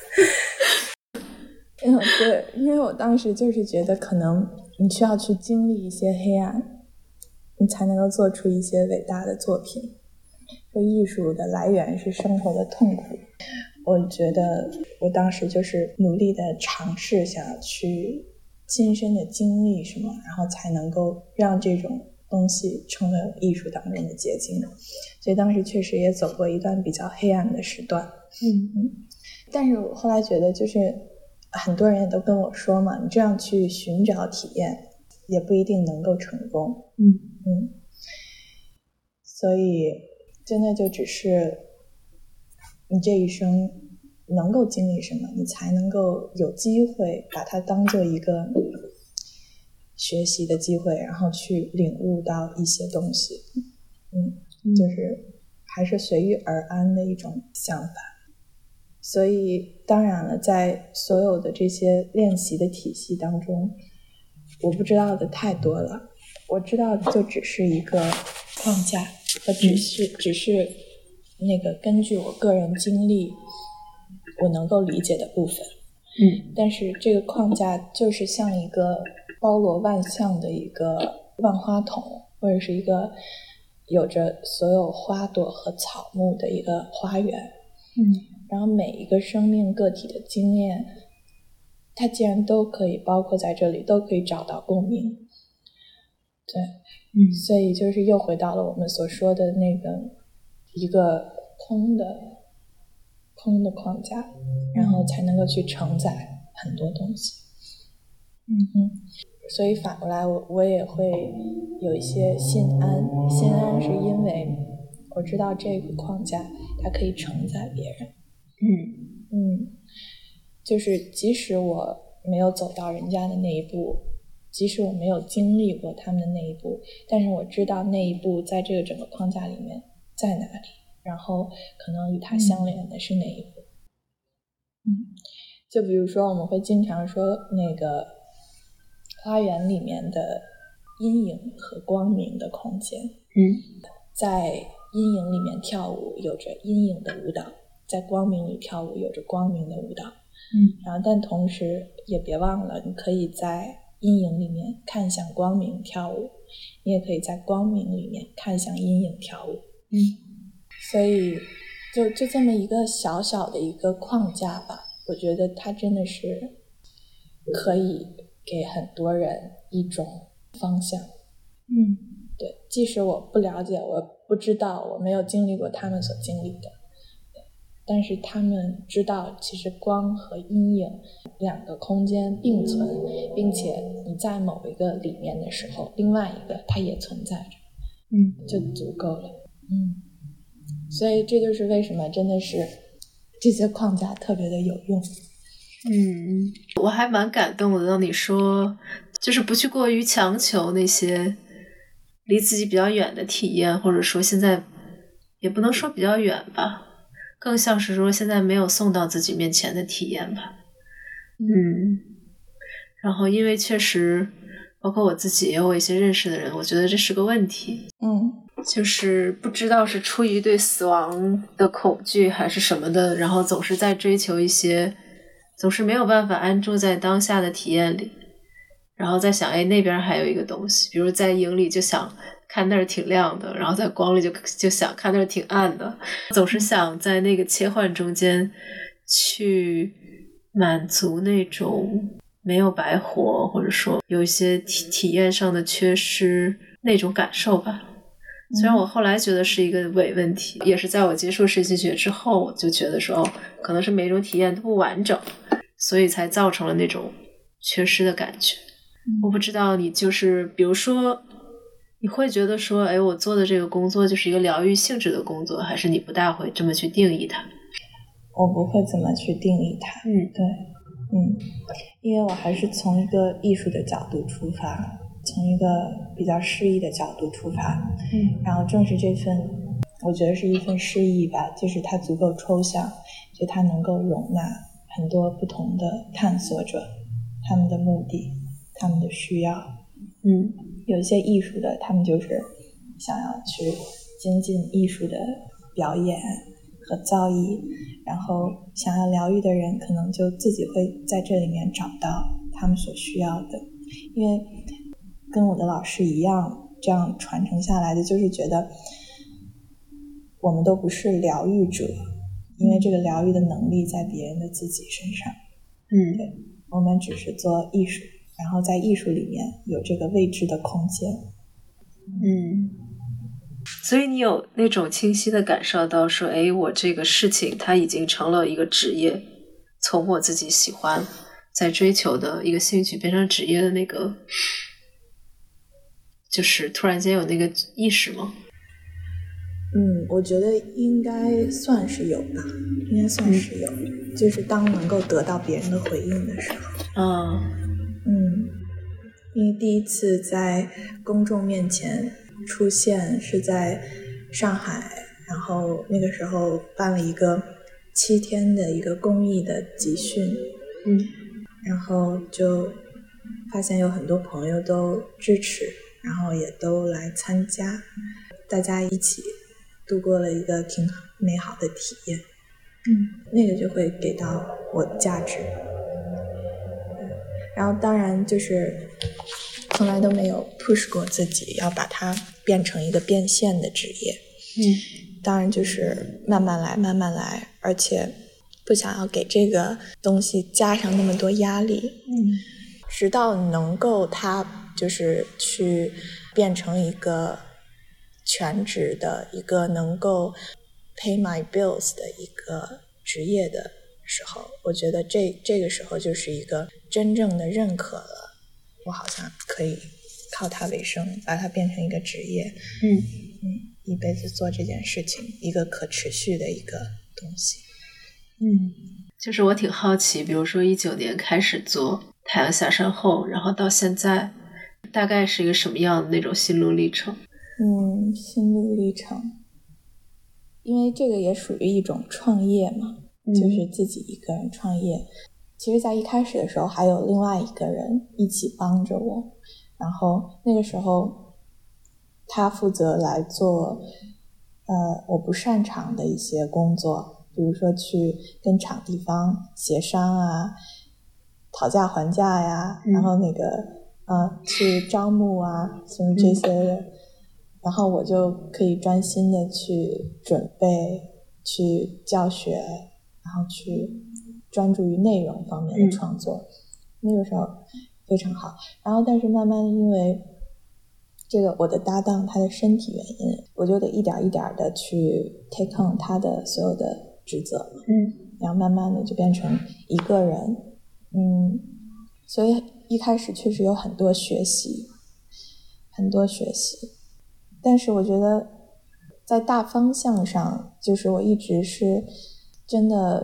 嗯，对，因为我当时就是觉得可能你需要去经历一些黑暗，你才能够做出一些伟大的作品。说艺术的来源是生活的痛苦，我觉得我当时就是努力的尝试想要去亲身的经历什么，然后才能够让这种东西成为艺术当中的结晶。所以当时确实也走过一段比较黑暗的时段。嗯嗯，但是我后来觉得就是很多人也都跟我说嘛，你这样去寻找体验也不一定能够成功。 嗯嗯，所以真的就只是你这一生能够经历什么，你才能够有机会把它当做一个学习的机会，然后去领悟到一些东西。嗯，就是还是随遇而安的一种想法。所以当然了，在所有的这些练习的体系当中，我不知道的太多了，我知道的就只是一个框架，和只是只是那个根据我个人经历我能够理解的部分。 嗯， 但是这个框架就是像一个包罗万象的一个万花筒，或者是一个有着所有花朵和草木的一个花园。 嗯， 然后每一个生命个体的经验，它既然都可以包括在这里，都可以找到共鸣。对， 嗯， 所以就是又回到了我们所说的那个一个空的空的框架，然后才能够去承载很多东西。嗯嗯，所以反过来我我也会有一些心安，心安是因为我知道这个框架它可以承载别人。 嗯嗯，就是即使我没有走到人家的那一步，即使我没有经历过他们的那一步，但是我知道那一步在这个整个框架里面在哪里，然后可能与它相连的是哪一步。嗯，就比如说我们会经常说那个花园里面的阴影和光明的空间。 嗯， 在阴影里面跳舞有着阴影的舞蹈，在光明里跳舞有着光明的舞蹈。 嗯， 然后但同时也别忘了，你可以在阴影里面看向光明跳舞，你也可以在光明里面看向阴影跳舞。 嗯， 所以就就这么一个小小的一个框架吧，我觉得它真的是可以给很多人一种方向。 嗯， 对，即使我不了解，我不知道，我没有经历过他们所经历的，但是他们知道其实光和阴影两个空间并存，并且你在某一个里面的时候，另外一个它也存在着。 嗯， 就足够了。嗯，所以这就是为什么真的是这些框架特别的有用。 嗯，我还蛮感动的，当你说就是不去过于强求那些离自己比较远的体验，或者说现在也不能说比较远吧，更像是说现在没有送到自己面前的体验吧。嗯，然后因为确实包括我自己也有一些认识的人，我觉得这是个问题。 嗯， 就是不知道是出于对死亡的恐惧还是什么的，然后总是在追求一些，总是没有办法安住在当下的体验里，然后在想，哎，那边还有一个东西，比如在影里就想看那儿挺亮的，然后在光里就就想看那儿挺暗的，总是想在那个切换中间去满足那种没有白活，或者说有一些体体验上的缺失那种感受吧。虽然我后来觉得是一个伪问题，也是在我接触神经学之后，我就觉得说，哦，可能是每种体验都不完整，所以才造成了那种缺失的感觉。 嗯、 我不知道你就是比如说你会觉得说，哎，我做的这个工作就是一个疗愈性质的工作，还是你不大会这么去定义它？ 我不会怎么去定义它。 嗯， 对，嗯，因为我还是从一个艺术的角度出发，从一个比较诗意的角度出发， 嗯， 然后正是这份，我觉得是一份诗意吧，就是它足够抽象，就它能够容纳很多不同的探索者，他们的目的，他们的需要。 嗯， 有一些艺术的，他们就是想要去精进艺术的表演和造诣，然后想要疗愈的人可能就自己会在这里面找到他们所需要的。因为跟我的老师一样，这样传承下来的就是觉得我们都不是疗愈者，因为这个疗愈的能力在别人的自己身上。 嗯， 对，我们只是做艺术，然后在艺术里面有这个未知的空间。 嗯，所以你有那种清晰的感受到说，哎，我这个事情它已经成了一个职业，从我自己喜欢在追求的一个兴趣变成职业的那个，就是突然间有那个意识吗？ 嗯，我觉得应该算是有吧，应该算是有，嗯、就是当能够得到别人的回应的时候。 啊， 嗯，因为第一次在公众面前出现是在上海，然后那个时候办了一个七天的一个公益的集训， 嗯， 然后就发现有很多朋友都支持，然后也都来参加，大家一起度过了一个挺美好的体验。嗯，那个就会给到我价值。然后当然就是从来都没有 push 过自己要把它变成一个变现的职业。 嗯， 当然就是慢慢来慢慢来，而且不想要给这个东西加上那么多压力。 嗯， 直到能够它就是去变成一个全职的一个能够 pay my bills 的一个职业的时候，我觉得这这个时候就是一个真正的认可了，我好像可以靠它为生，把它变成一个职业。 嗯嗯，一辈子做这件事情，一个可持续的一个东西。 嗯，就是我挺好奇，比如说一九年开始做太阳下山后，然后到现在大概是一个什么样的那种心路历程？ 嗯，心路历程，因为这个也属于一种创业嘛，嗯、就是自己一个人创业。其实在一开始的时候还有另外一个人一起帮着我，然后那个时候他负责来做呃我不擅长的一些工作，比如说去跟场地方协商啊，讨价还价呀，嗯、然后那个呃去招募啊，什么这些的。嗯，然后我就可以专心的去准备，去教学，然后去专注于内容方面的创作。嗯、那个时候非常好。然后但是慢慢的因为这个我的搭档他的身体原因，我就得一点一点的去 take on 他的所有的职责。嗯，然后慢慢的就变成一个人。嗯，所以一开始确实有很多学习，很多学习。但是我觉得在大方向上，就是我一直是真的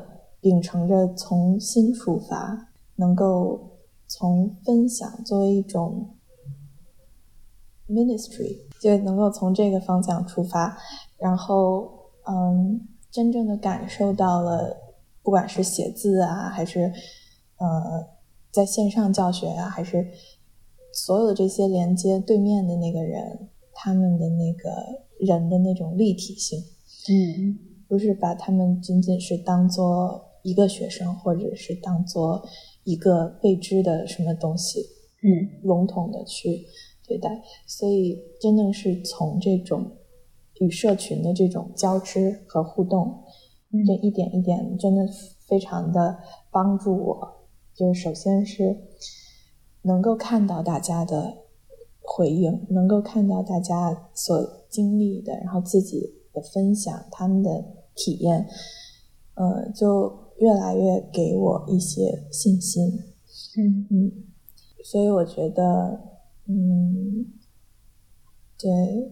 秉承着从心出发，能够从分享作为一种 ministry， 就能够从这个方向出发，然后嗯，真正的感受到了，不管是写字啊，还是呃在线上教学啊，还是所有的这些连接对面的那个人，他们的那个人的那种立体性， 嗯， 不是把他们仅仅是当做一个学生，或者是当做一个未知的什么东西， 嗯， 笼统的去对待，所以真正是从这种与社群的这种交织和互动， 嗯， 这一点一点真的非常的帮助我。就是首先是能够看到大家的回应，能够看到大家所经历的，然后自己的分享，他们的体验，呃，就越来越给我一些信心。 嗯嗯，所以我觉得，嗯，对，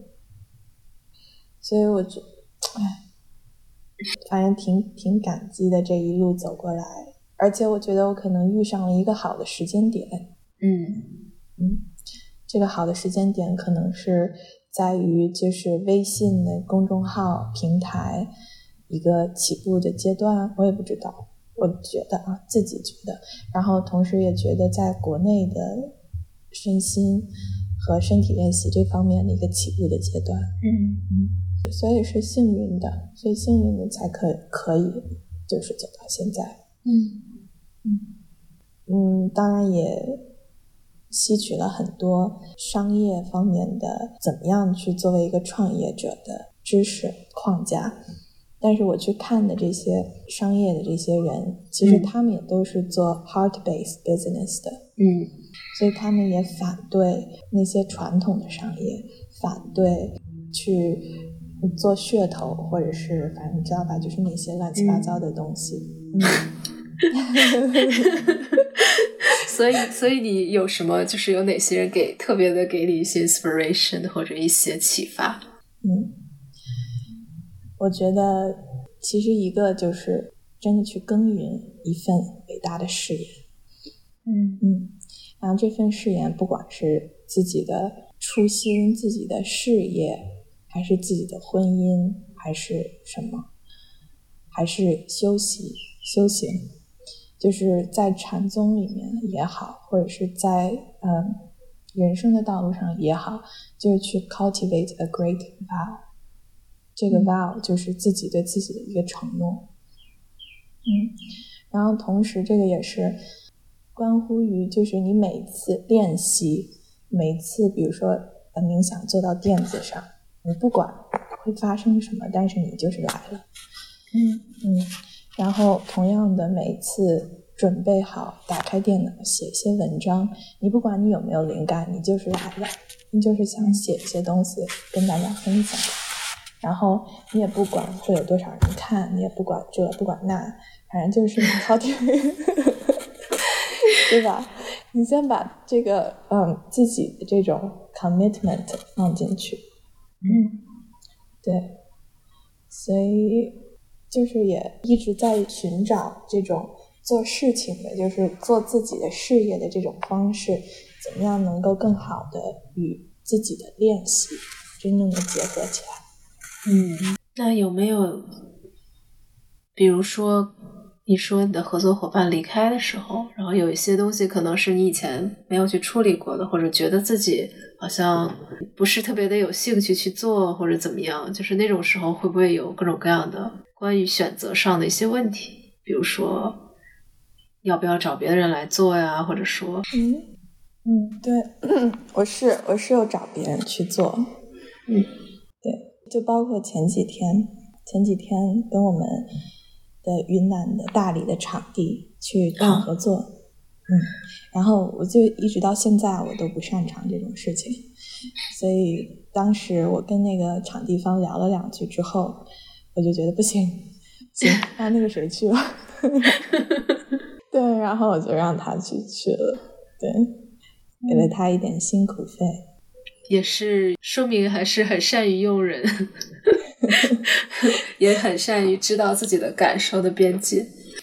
所以我觉，哎，反正挺挺感激的这一路走过来，而且我觉得我可能遇上了一个好的时间点。 嗯嗯，这个好的时间点可能是在于就是微信的公众号平台一个起步的阶段，我也不知道，我觉得啊，自己觉得，然后同时也觉得在国内的身心和身体练习这方面的一个起步的阶段。 嗯嗯，所以是幸运的，所以幸运的才可可以就是走到现在。 嗯嗯嗯，当然也吸取了很多商业方面的怎么样去作为一个创业者的知识框架，但是我去看的这些商业的这些人，其实他们也都是做 heart-based business 的。 嗯， 所以他们也反对那些传统的商业，反对去做噱头，或者是反正你知道吧，就是那些乱七八糟的东西。嗯所以，所以你有什么，就是有哪些人给特别的给你一些 inspiration 或者一些启发？ 嗯，我觉得其实一个就是真的去耕耘一份伟大的事业。 嗯嗯，然后这份事业不管是自己的初心、自己的事业，还是自己的婚姻，还是什么，还是修习、修行。就是在禅宗里面也好，或者是在嗯人生的道路上也好，就是去 cultivate a great vow。这个 vow 就是自己对自己的一个承诺。嗯，然后同时这个也是关乎于就是你每一次练习，每一次比如说呃冥想做到垫子上，你不管会发生什么，但是你就是来了。嗯嗯。然后同样的每次准备好打开电脑写一些文章，你不管你有没有灵感，你就是来了，你就是想写一些东西跟大家分享，然后你也不管会有多少人看，你也不管这不管那，反正就是你靠这对吧？你先把这个嗯自己的这种 commitment 放进去。嗯，对，所以就是也一直在寻找这种做事情的，就是做自己的事业的这种方式，怎么样能够更好的与自己的练习真正的结合起来。 嗯，那有没有比如说你说你的合作伙伴离开的时候，然后有一些东西可能是你以前没有去处理过的，或者觉得自己好像不是特别的有兴趣去做，或者怎么样，就是那种时候会不会有各种各样的关于选择上的一些问题，比如说要不要找别的人来做呀，或者说嗯嗯，对，我是我是有找别人去做。 嗯， 对，就包括前几天前几天跟我们的云南的大理的场地去谈合作。嗯, 嗯，然后我就一直到现在我都不擅长这种事情，所以当时我跟那个场地方聊了两句之后，我就觉得不行行让那个谁去了对，然后我就让他去去了，对，给了他一点辛苦费。 也是说明还是很善于用人也很善于知道自己的感受的边界。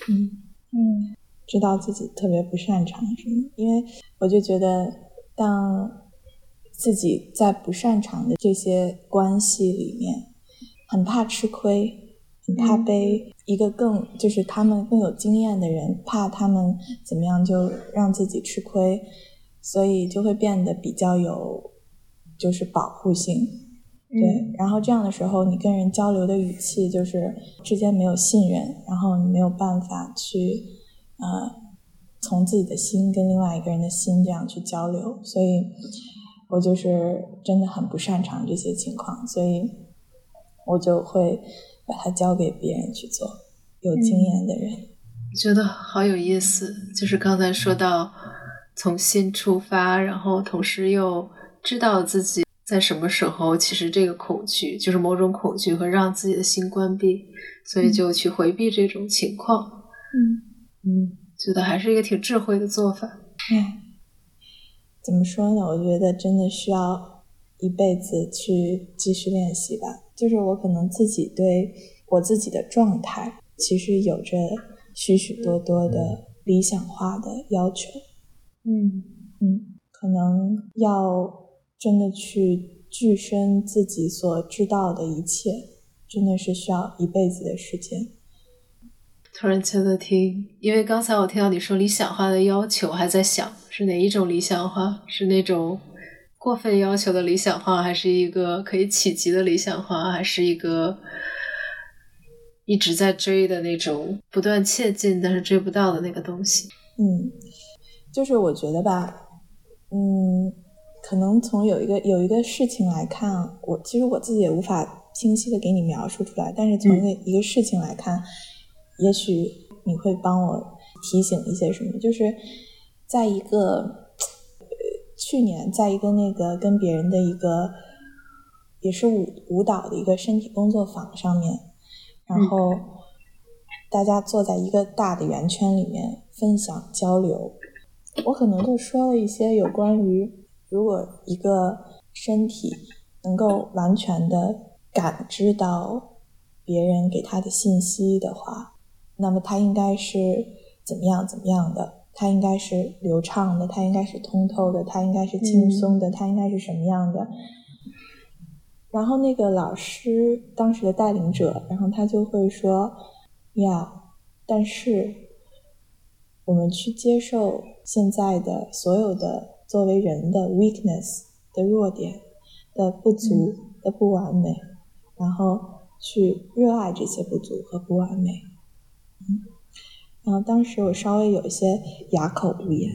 嗯嗯，知道自己特别不擅长什么，因为我就觉得当自己在不擅长的这些关系里面很怕吃亏，很怕被一个更就是他们更有经验的人，怕他们怎么样就让自己吃亏，所以就会变得比较有就是保护性。对，然后这样的时候你跟人交流的语气就是之间没有信任，然后你没有办法去呃从自己的心跟另外一个人的心这样去交流，所以我就是真的很不擅长这些情况，所以我就会把它交给别人去做，有经验的人。 我觉得好有意思，就是刚才说到从心出发，然后同时又知道自己在什么时候其实这个恐惧就是某种恐惧会让自己的心关闭，所以就去回避这种情况。 嗯嗯，觉得还是一个挺智慧的做法。 哎，怎么说呢，我觉得真的需要一辈子去继续练习吧。就是我可能自己对我自己的状态其实有着许许多多的理想化的要求。 嗯嗯，可能要真的去具身自己所知道的一切，真的是需要一辈子的时间。 突然觉得听，因为刚才我听到你说理想化的要求，还在想是哪一种理想化，是那种过分要求的理想化，还是一个可以企及的理想化，还是一个一直在追的那种不断切近但是追不到的那个东西。 嗯，就是我觉得吧，嗯，可能从有一个有一个事情来看，我其实我自己也无法清晰的给你描述出来，但是从一个、嗯、一个事情来看，也许你会帮我提醒一些什么，就是在一个呃去年在一个那个跟别人的一个也是舞舞蹈的一个身体工作坊上面，然后大家坐在一个大的圆圈里面分享交流，我可能就说了一些有关于如果一个身体能够完全的感知到别人给他的信息的话，那么它应该是怎么样怎么样的，它应该是流畅的，它应该是通透的，它应该是轻松的、嗯、它应该是什么样的。然后那个老师当时的带领者，然后他就会说呀，但是我们去接受现在的所有的作为人的 weakness 的弱点的不足的不完美，然后去热爱这些不足和不完美。嗯，然后当时我稍微有一些哑口无言，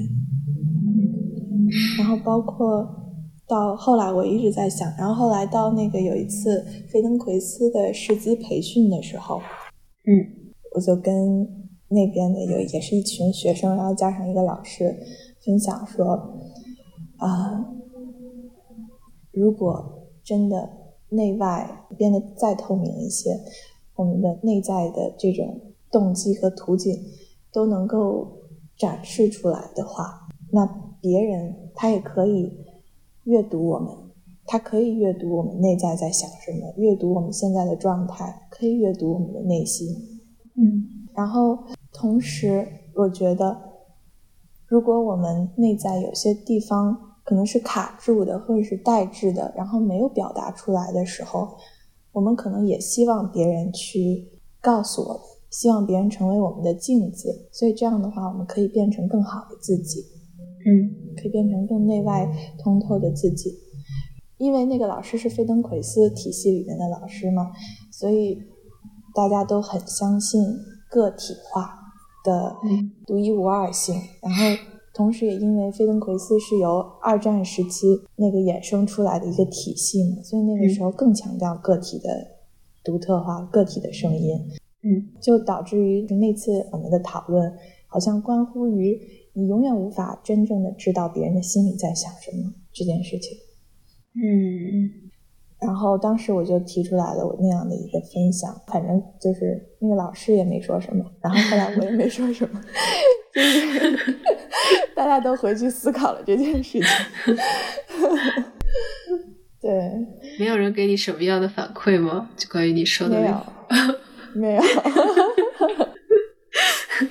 然后包括到后来我一直在想，然后后来到那个有一次菲登奎斯的师资培训的时候， 嗯， 我就跟那边的有也是一群学生，然后加上一个老师分享说，啊、呃，如果真的内外变得再透明一些，我们的内在的这种动机和途径都能够展示出来的话，那别人他也可以阅读我们，他可以阅读我们内在在想什么，阅读我们现在的状态，可以阅读我们的内心。嗯，然后同时我觉得如果我们内在有些地方可能是卡住的或者是代滞的，然后没有表达出来的时候，我们可能也希望别人去告诉我们，希望别人成为我们的镜子，所以这样的话我们可以变成更好的自己。嗯，可以变成更内外通透的自己。因为那个老师是菲登奎斯体系里面的老师嘛，所以大家都很相信个体化的独一无二性、嗯、然后同时也因为菲登奎斯是由二战时期那个衍生出来的一个体系嘛，所以那个时候更强调个体的独特化、个体的声音。嗯，就导致于那次我们的讨论好像关乎于你永远无法真正的知道别人的心里在想什么这件事情。嗯，然后当时我就提出来了我那样的一个分享，反正就是那个老师也没说什么，然后后来我也没说什么就是大家都回去思考了这件事情对， 没有人给你什么样的反馈吗？就关于你说的那个没有没有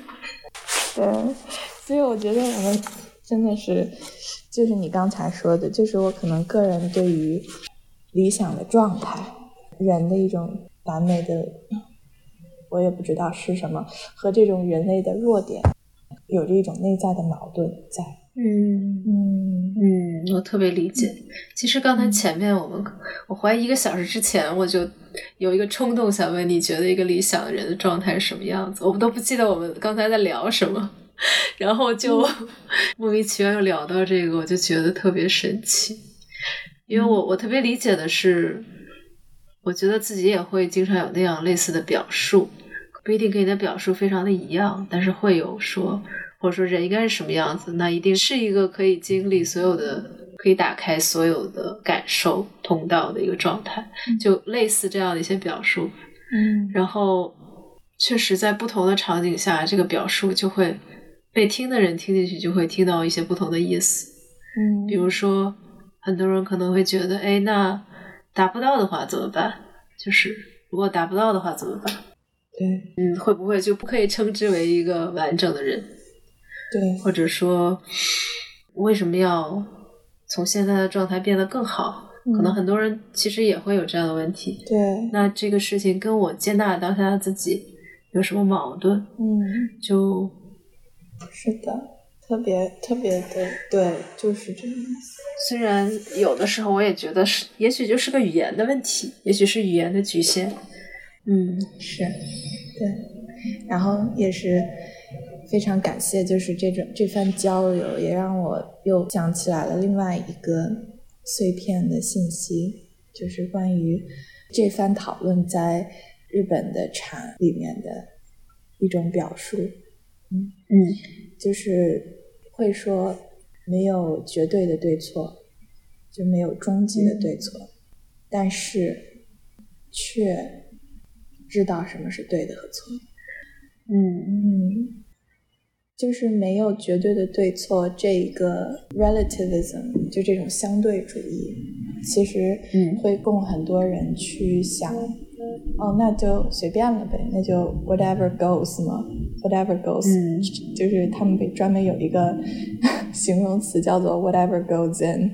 对，所以我觉得我们真的是，就是你刚才说的，就是我可能个人对于理想的状态，人的一种完美的，我也不知道是什么，和这种人类的弱点有着一种内在的矛盾在。 嗯嗯嗯，我特别理解。其实刚才前面我们，我怀疑一个小时之前我就有一个冲动想问你，觉得一个理想的人的状态是什么样子？我们都不记得我们刚才在聊什么，然后就莫名其妙又聊到这个，我就觉得特别神奇。因为我我特别理解的是，我觉得自己也会经常有那样类似的表述，不一定跟你的表述非常的一样，但是会有说。或者说人应该是什么样子，那一定是一个可以经历所有的，可以打开所有的感受通道的一个状态，就类似这样的一些表述。 嗯，然后确实在不同的场景下，这个表述就会被听的人听进去就会听到一些不同的意思。 嗯， 比如说很多人可能会觉得，哎，那达不到的话怎么办？就是如果达不到的话怎么办？ 对， 嗯，会不会就不可以称之为一个完整的人？ 对， 或者说为什么要从现在的状态变得更好、嗯、可能很多人其实也会有这样的问题。 对， 那这个事情跟我接纳当下的自己有什么矛盾？ 嗯，就是的，特别特别的对，就是这样。 虽然有的时候我也觉得是，也许就是个语言的问题，也许是语言的局限。嗯， 是，对，然后也是非常感谢，就是这种这番交流，也让我又想起来了另外一个碎片的信息，就是关于这番讨论在日本的禅里面的一种表述。嗯嗯， 就是会说没有绝对的对错，就没有终极的对错，嗯、但是却知道什么是对的和错。 嗯嗯，就是没有绝对的对错，这个 relativism 就这种相对主义，其实会供很多人去想，嗯、哦，那就随便了呗，那就 whatever goes 嘛 ，whatever goes，、 嗯、 就是他们专门有一个形容词叫做 whatever goes in，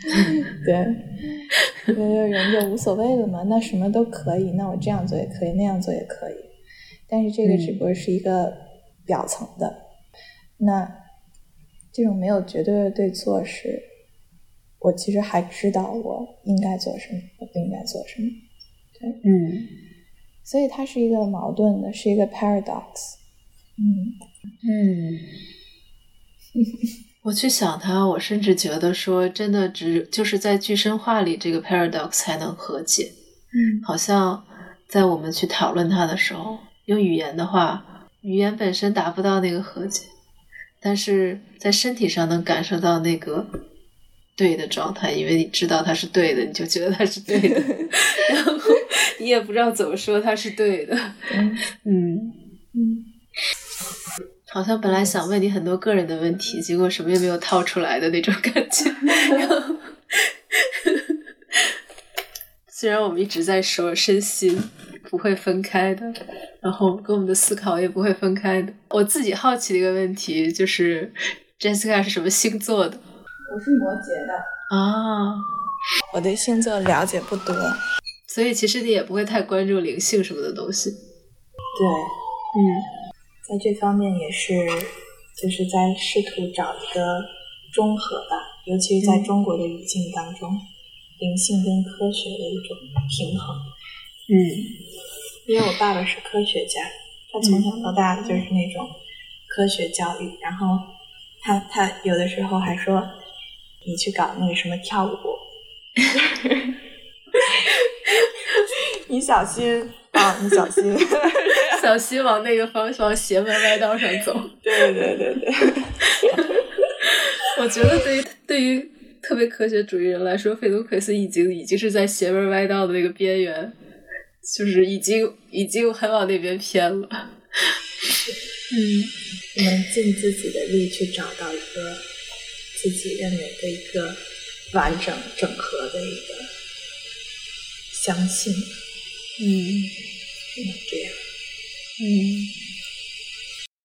对，因为人就无所谓了嘛，那什么都可以，那我这样做也可以，那样做也可以，但是这个只不过是一个表层的。嗯，那这种没有绝对的对错是，我其实还知道我应该做什么，我不应该做什么。对， 嗯， 所以它是一个矛盾的，是一个 paradox。嗯嗯，我去想它，我甚至觉得说，真的只就是在具身化里，这个 paradox 才能和解。 嗯， 好像在我们去讨论它的时候，用语言的话，语言本身达不到那个和解。但是在身体上能感受到那个对的状态，因为你知道它是对的，你就觉得它是对的，然后你也不知道怎么说它是对的。 嗯嗯嗯， 好像本来想问你很多个人的问题，结果什么也没有掏出来的那种感觉。然后虽然我们一直在说身心不会分开的，然后跟我们的思考也不会分开的。我自己好奇的一个问题就是 Jessica 是什么星座的？ 我是摩羯的啊， 我对星座了解不多， 所以其实你也不会太关注灵性什么的东西。 对， 嗯， 在这方面也是就是在试图找一个中和吧，尤其是在中国的语境当中，嗯、灵性跟科学的一种平衡。 嗯， 因为我爸爸是科学家，他从小到大就是那种科学教育，然后他他有的时候还说你去搞那个什么跳舞你小心啊，你小心小心往那个方向邪门歪道上走。 对对对对我觉得对于对于特别科学主义人来说，费多奎斯已经已经是在邪门歪道的那个边缘，就是已经已经很往那边偏了。嗯， 能尽自己的力去找到一个自己认为的一个完整整合的一个相信。 嗯， 这样。 嗯。